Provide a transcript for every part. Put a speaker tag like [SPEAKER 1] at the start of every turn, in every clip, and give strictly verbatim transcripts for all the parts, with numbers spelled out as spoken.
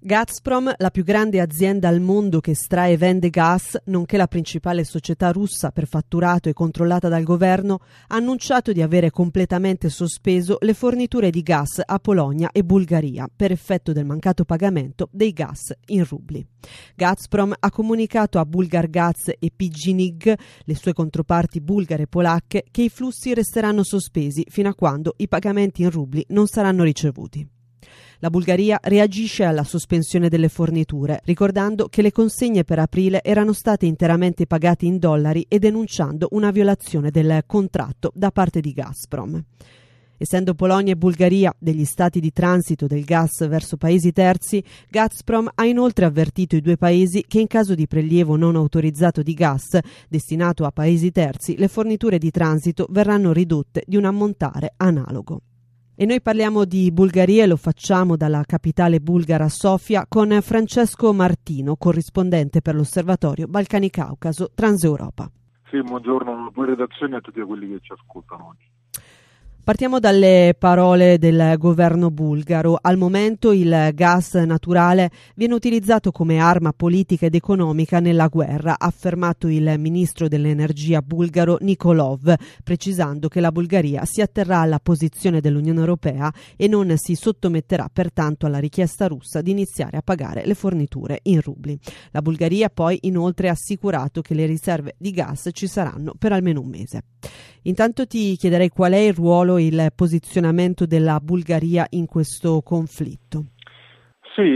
[SPEAKER 1] Gazprom, la più grande azienda al mondo che estrae e vende gas, nonché la principale società russa per fatturato e controllata dal governo, ha annunciato di avere completamente sospeso le forniture di gas a Polonia e Bulgaria per effetto del mancato pagamento dei gas in rubli. Gazprom ha comunicato a Bulgargaz e P G N I G, le sue controparti bulgare e polacche, che i flussi resteranno sospesi fino a quando i pagamenti in rubli non saranno ricevuti. La Bulgaria reagisce alla sospensione delle forniture, ricordando che le consegne per aprile erano state interamente pagate in dollari e denunciando una violazione del contratto da parte di Gazprom. Essendo Polonia e Bulgaria degli stati di transito del gas verso paesi terzi, Gazprom ha inoltre avvertito i due paesi che in caso di prelievo non autorizzato di gas destinato a paesi terzi, le forniture di transito verranno ridotte di un ammontare analogo. E noi parliamo di Bulgaria e lo facciamo dalla capitale bulgara Sofia con Francesco Martino, corrispondente per l'Osservatorio Balcani-Caucaso Transeuropa.
[SPEAKER 2] Sì, buongiorno a voi redazione e a tutti quelli che ci ascoltano oggi.
[SPEAKER 1] Partiamo dalle parole del governo bulgaro. Al momento il gas naturale viene utilizzato come arma politica ed economica nella guerra, ha affermato il ministro dell'energia bulgaro Nikolov, precisando che la Bulgaria si atterrà alla posizione dell'Unione Europea e non si sottometterà pertanto alla richiesta russa di iniziare a pagare le forniture in rubli. La Bulgaria poi inoltre ha assicurato che le riserve di gas ci saranno per almeno un mese. Intanto ti chiederei qual è il ruolo e il posizionamento della Bulgaria in questo conflitto.
[SPEAKER 2] Sì,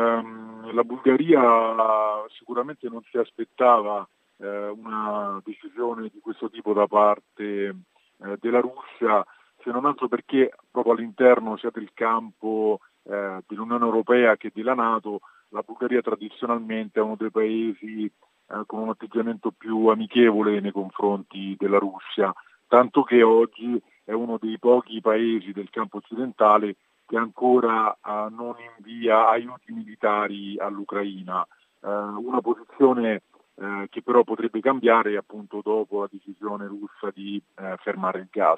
[SPEAKER 2] ehm, la Bulgaria sicuramente non si aspettava eh, una decisione di questo tipo da parte eh, della Russia, se non altro perché proprio all'interno sia del campo eh, dell'Unione Europea che della NATO, la Bulgaria tradizionalmente è uno dei paesi eh, con un atteggiamento più amichevole nei confronti della Russia, tanto che oggi è uno dei pochi paesi del campo occidentale che ancora uh, non invia aiuti militari all'Ucraina. Uh, una posizione uh, che però potrebbe cambiare appunto dopo la decisione russa di uh, fermare il gas.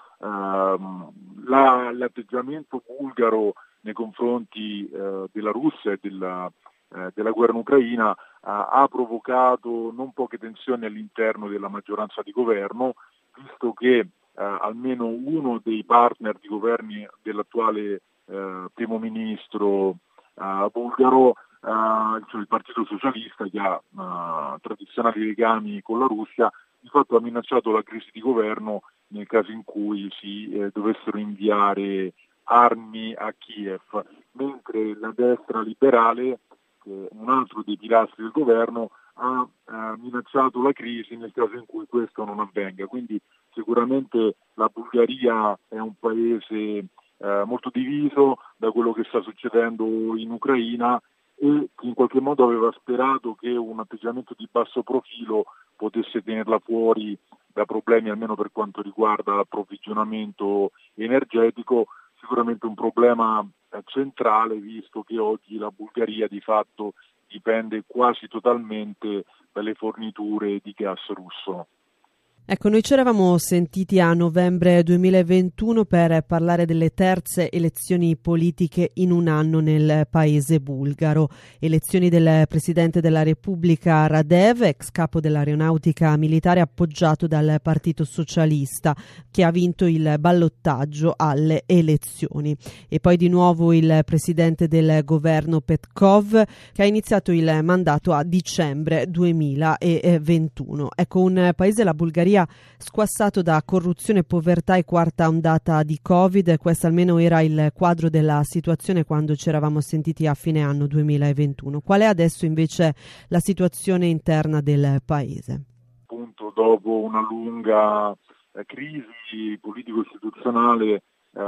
[SPEAKER 2] Uh, la, l'atteggiamento bulgaro nei confronti uh, della Russia e della, uh, della guerra in Ucraina uh, ha provocato non poche tensioni all'interno della maggioranza di governo, visto che eh, almeno uno dei partner di governi dell'attuale eh, primo ministro eh, bulgaro, eh, cioè il Partito Socialista, che ha eh, tradizionali legami con la Russia, di fatto ha minacciato la crisi di governo nel caso in cui si eh, dovessero inviare armi a Kiev, mentre la destra liberale, che è un altro dei pilastri del governo, ha eh, minacciato la crisi nel caso in cui questo non avvenga. Quindi sicuramente la Bulgaria è un paese eh, molto diviso da quello che sta succedendo in Ucraina e che in qualche modo aveva sperato che un atteggiamento di basso profilo potesse tenerla fuori da problemi, almeno per quanto riguarda l'approvvigionamento energetico. Sicuramente un problema eh, centrale, visto che oggi la Bulgaria di fatto dipende quasi totalmente dalle forniture di gas russo.
[SPEAKER 1] Ecco, noi ci eravamo sentiti a novembre duemilaventuno per parlare delle terze elezioni politiche in un anno nel paese bulgaro. Elezioni del Presidente della Repubblica Radev, ex capo dell'aeronautica militare appoggiato dal Partito Socialista, che ha vinto il ballottaggio alle elezioni. E poi di nuovo il Presidente del governo Petkov, che ha iniziato il mandato a dicembre duemilaventuno. Ecco, un paese, la Bulgaria, squassato da corruzione, povertà e quarta ondata di Covid. Questo almeno era il quadro della situazione quando ci eravamo sentiti a fine anno duemilaventuno. Qual è adesso invece la situazione interna del paese?
[SPEAKER 2] Appunto, dopo una lunga eh, crisi politico-istituzionale, eh,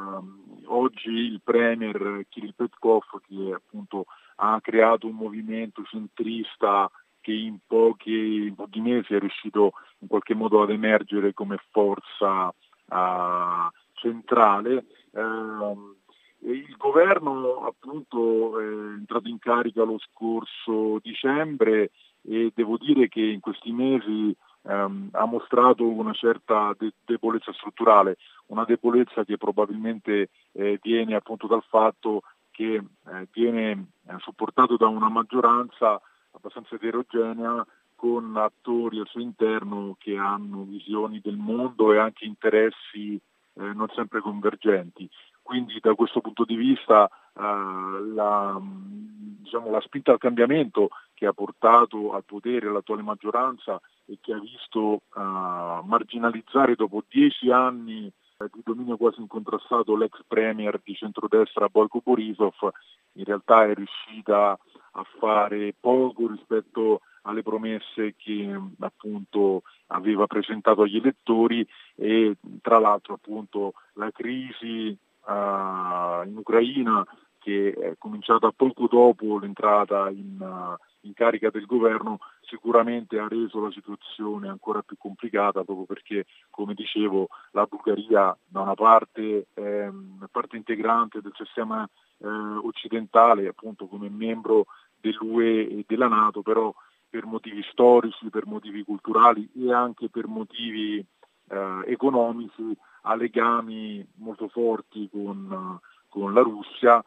[SPEAKER 2] oggi il premier Kirill Petkov, che appunto ha creato un movimento centrista che in pochi, in pochi mesi è riuscito in qualche modo ad emergere come forza uh, centrale. Uh, il governo appunto è entrato in carica lo scorso dicembre e devo dire che in questi mesi um, ha mostrato una certa de- debolezza strutturale, una debolezza che probabilmente eh, viene appunto dal fatto che eh, viene eh, supportato da una maggioranza abbastanza eterogenea, con attori al suo interno che hanno visioni del mondo e anche interessi eh, non sempre convergenti. Quindi da questo punto di vista eh, la, diciamo, la spinta al cambiamento che ha portato al potere l'attuale maggioranza e che ha visto eh, marginalizzare dopo dieci anni eh, di dominio quasi incontrastato l'ex premier di centrodestra Boyko Borisov, in realtà è riuscita a fare poco rispetto alle promesse che appunto aveva presentato agli elettori, e tra l'altro appunto la crisi uh, in Ucraina, che è cominciata poco dopo l'entrata in, uh, in carica del governo, sicuramente ha reso la situazione ancora più complicata, proprio perché, come dicevo, la Bulgaria da una parte è una parte integrante del sistema eh, occidentale, appunto come membro dell'U E e della NATO, però per motivi storici, per motivi culturali e anche per motivi eh, economici ha legami molto forti con, con la Russia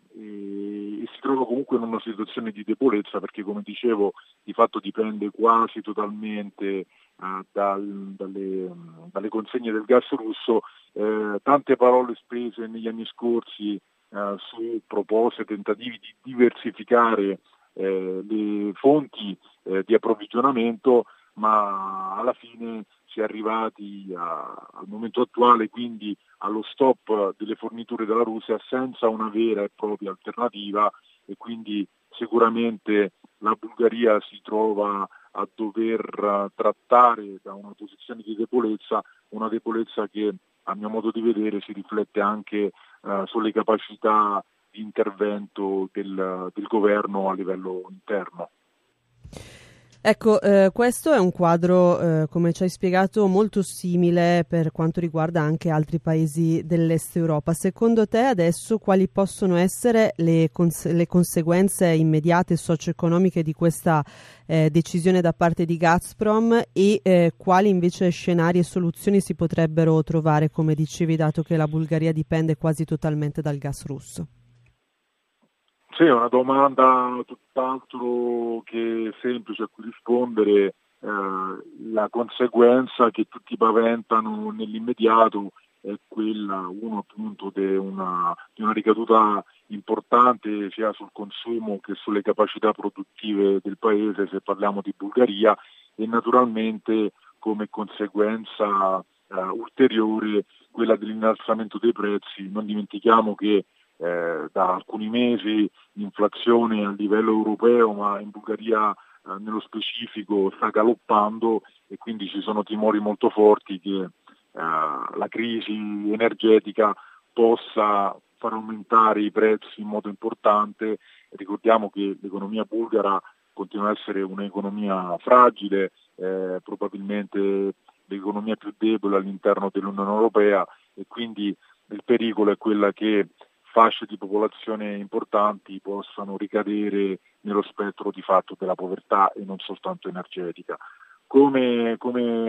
[SPEAKER 2] e, e si trova comunque in una situazione di debolezza, perché, come dicevo, di fatto dipende quasi totalmente eh, dal, dalle, dalle consegne del gas russo. Eh, tante parole spese negli anni scorsi eh, su proposte, tentativi di diversificare Eh, le fonti eh, di approvvigionamento, ma alla fine si è arrivati a, al momento attuale, quindi allo stop delle forniture dalla Russia senza una vera e propria alternativa, e quindi sicuramente la Bulgaria si trova a dover trattare da una posizione di debolezza, una debolezza che a mio modo di vedere si riflette anche eh, sulle capacità di intervento del, del governo a livello interno.
[SPEAKER 1] Ecco, eh, questo è un quadro, eh, come ci hai spiegato, molto simile per quanto riguarda anche altri paesi dell'Est Europa. Secondo te adesso quali possono essere le, cons- le conseguenze immediate socio-economiche di questa eh, decisione da parte di Gazprom e eh, quali invece scenari e soluzioni si potrebbero trovare, come dicevi, dato che la Bulgaria dipende quasi totalmente dal gas russo?
[SPEAKER 2] Sì, è una domanda tutt'altro che semplice a cui rispondere. Eh, la conseguenza che tutti paventano nell'immediato è quella, uno appunto, di una, di una ricaduta importante sia sul consumo che sulle capacità produttive del paese, se parliamo di Bulgaria, e naturalmente come conseguenza eh, ulteriore quella dell'innalzamento dei prezzi. Non dimentichiamo che Eh, da alcuni mesi l'inflazione a livello europeo, ma in Bulgaria eh, nello specifico, sta galoppando, e quindi ci sono timori molto forti che eh, la crisi energetica possa far aumentare i prezzi in modo importante. Ricordiamo che l'economia bulgara continua a essere un'economia fragile, eh, probabilmente l'economia più debole all'interno dell'Unione Europea, e quindi il pericolo è quella che fasce di popolazione importanti possano ricadere nello spettro di fatto della povertà e non soltanto energetica. Come,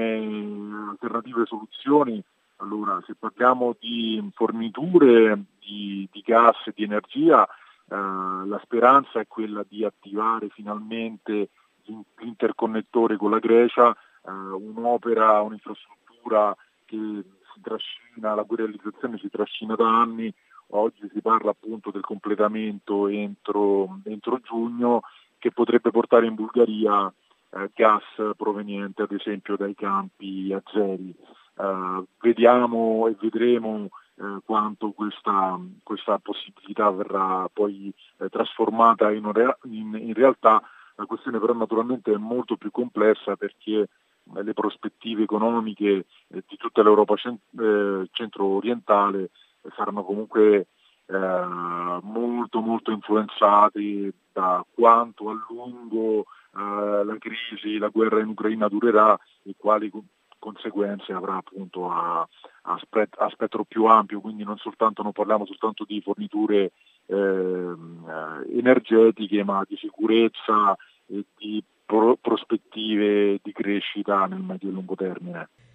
[SPEAKER 2] come alternative soluzioni, allora, se parliamo di forniture di, di gas e di energia, eh, la speranza è quella di attivare finalmente l'interconnettore con la Grecia, eh, un'opera, un'infrastruttura che si trascina, la cui realizzazione si trascina da anni. Oggi si parla appunto del completamento entro, entro giugno, che potrebbe portare in Bulgaria eh, gas proveniente ad esempio dai campi azeri. Eh, vediamo e vedremo eh, quanto questa, questa possibilità verrà poi eh, trasformata in, in, in realtà. La questione però naturalmente è molto più complessa, perché eh, le prospettive economiche eh, di tutta l'Europa cent- eh, centro-orientale saranno comunque eh, molto molto influenzati da quanto a lungo eh, la crisi, la guerra in Ucraina durerà e quali co- conseguenze avrà appunto a, a, spe- a spettro più ampio. Quindi non soltanto, non parliamo soltanto di forniture eh, energetiche, ma di sicurezza e di pro- prospettive di crescita nel medio e lungo termine.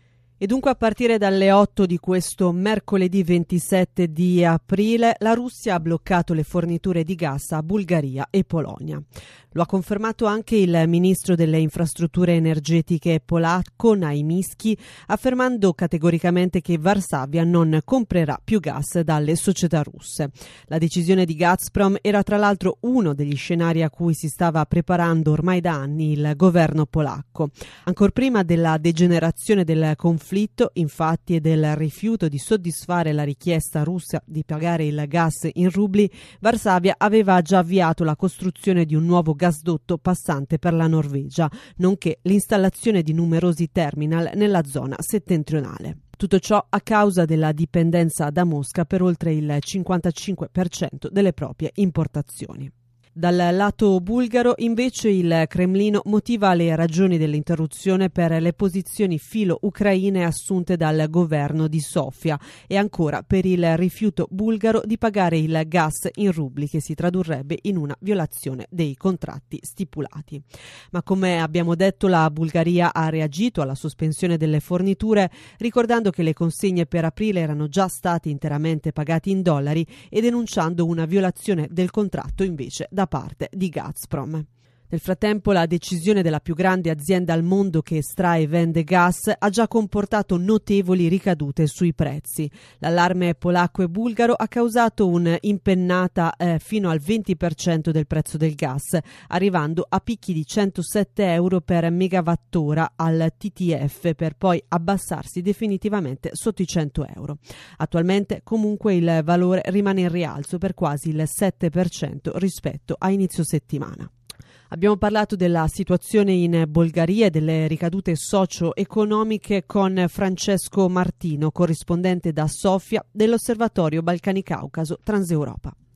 [SPEAKER 1] E dunque a partire dalle otto di questo mercoledì ventisette di aprile la Russia ha bloccato le forniture di gas a Bulgaria e Polonia. Lo ha confermato anche il ministro delle infrastrutture energetiche polacco Naimyski, affermando categoricamente che Varsavia non comprerà più gas dalle società russe. La decisione di Gazprom era tra l'altro uno degli scenari a cui si stava preparando ormai da anni il governo polacco. Ancor prima della degenerazione del conflitto, infatti, e del rifiuto di soddisfare la richiesta russa di pagare il gas in rubli, Varsavia aveva già avviato la costruzione di un nuovo gasdotto passante per la Norvegia, nonché l'installazione di numerosi terminal nella zona settentrionale. Tutto ciò a causa della dipendenza da Mosca per oltre il cinquantacinque per cento delle proprie importazioni. Dal lato bulgaro, invece, il Cremlino motiva le ragioni dell'interruzione per le posizioni filo-ucraine assunte dal governo di Sofia e ancora per il rifiuto bulgaro di pagare il gas in rubli, che si tradurrebbe in una violazione dei contratti stipulati. Ma come abbiamo detto, la Bulgaria ha reagito alla sospensione delle forniture, ricordando che le consegne per aprile erano già state interamente pagate in dollari e denunciando una violazione del contratto invece da parte di Gazprom. Nel frattempo, la decisione della più grande azienda al mondo che estrae e vende gas ha già comportato notevoli ricadute sui prezzi. L'allarme polacco e bulgaro ha causato un'impennata eh, fino al venti per cento del prezzo del gas, arrivando a picchi di centosette euro per megawattora al T T F, per poi abbassarsi definitivamente sotto i cento euro. Attualmente, comunque, il valore rimane in rialzo per quasi il sette per cento rispetto a inizio settimana. Abbiamo parlato della situazione in Bulgaria e delle ricadute socio-economiche con Francesco Martino, corrispondente da Sofia dell'Osservatorio Balcani Caucaso Transeuropa.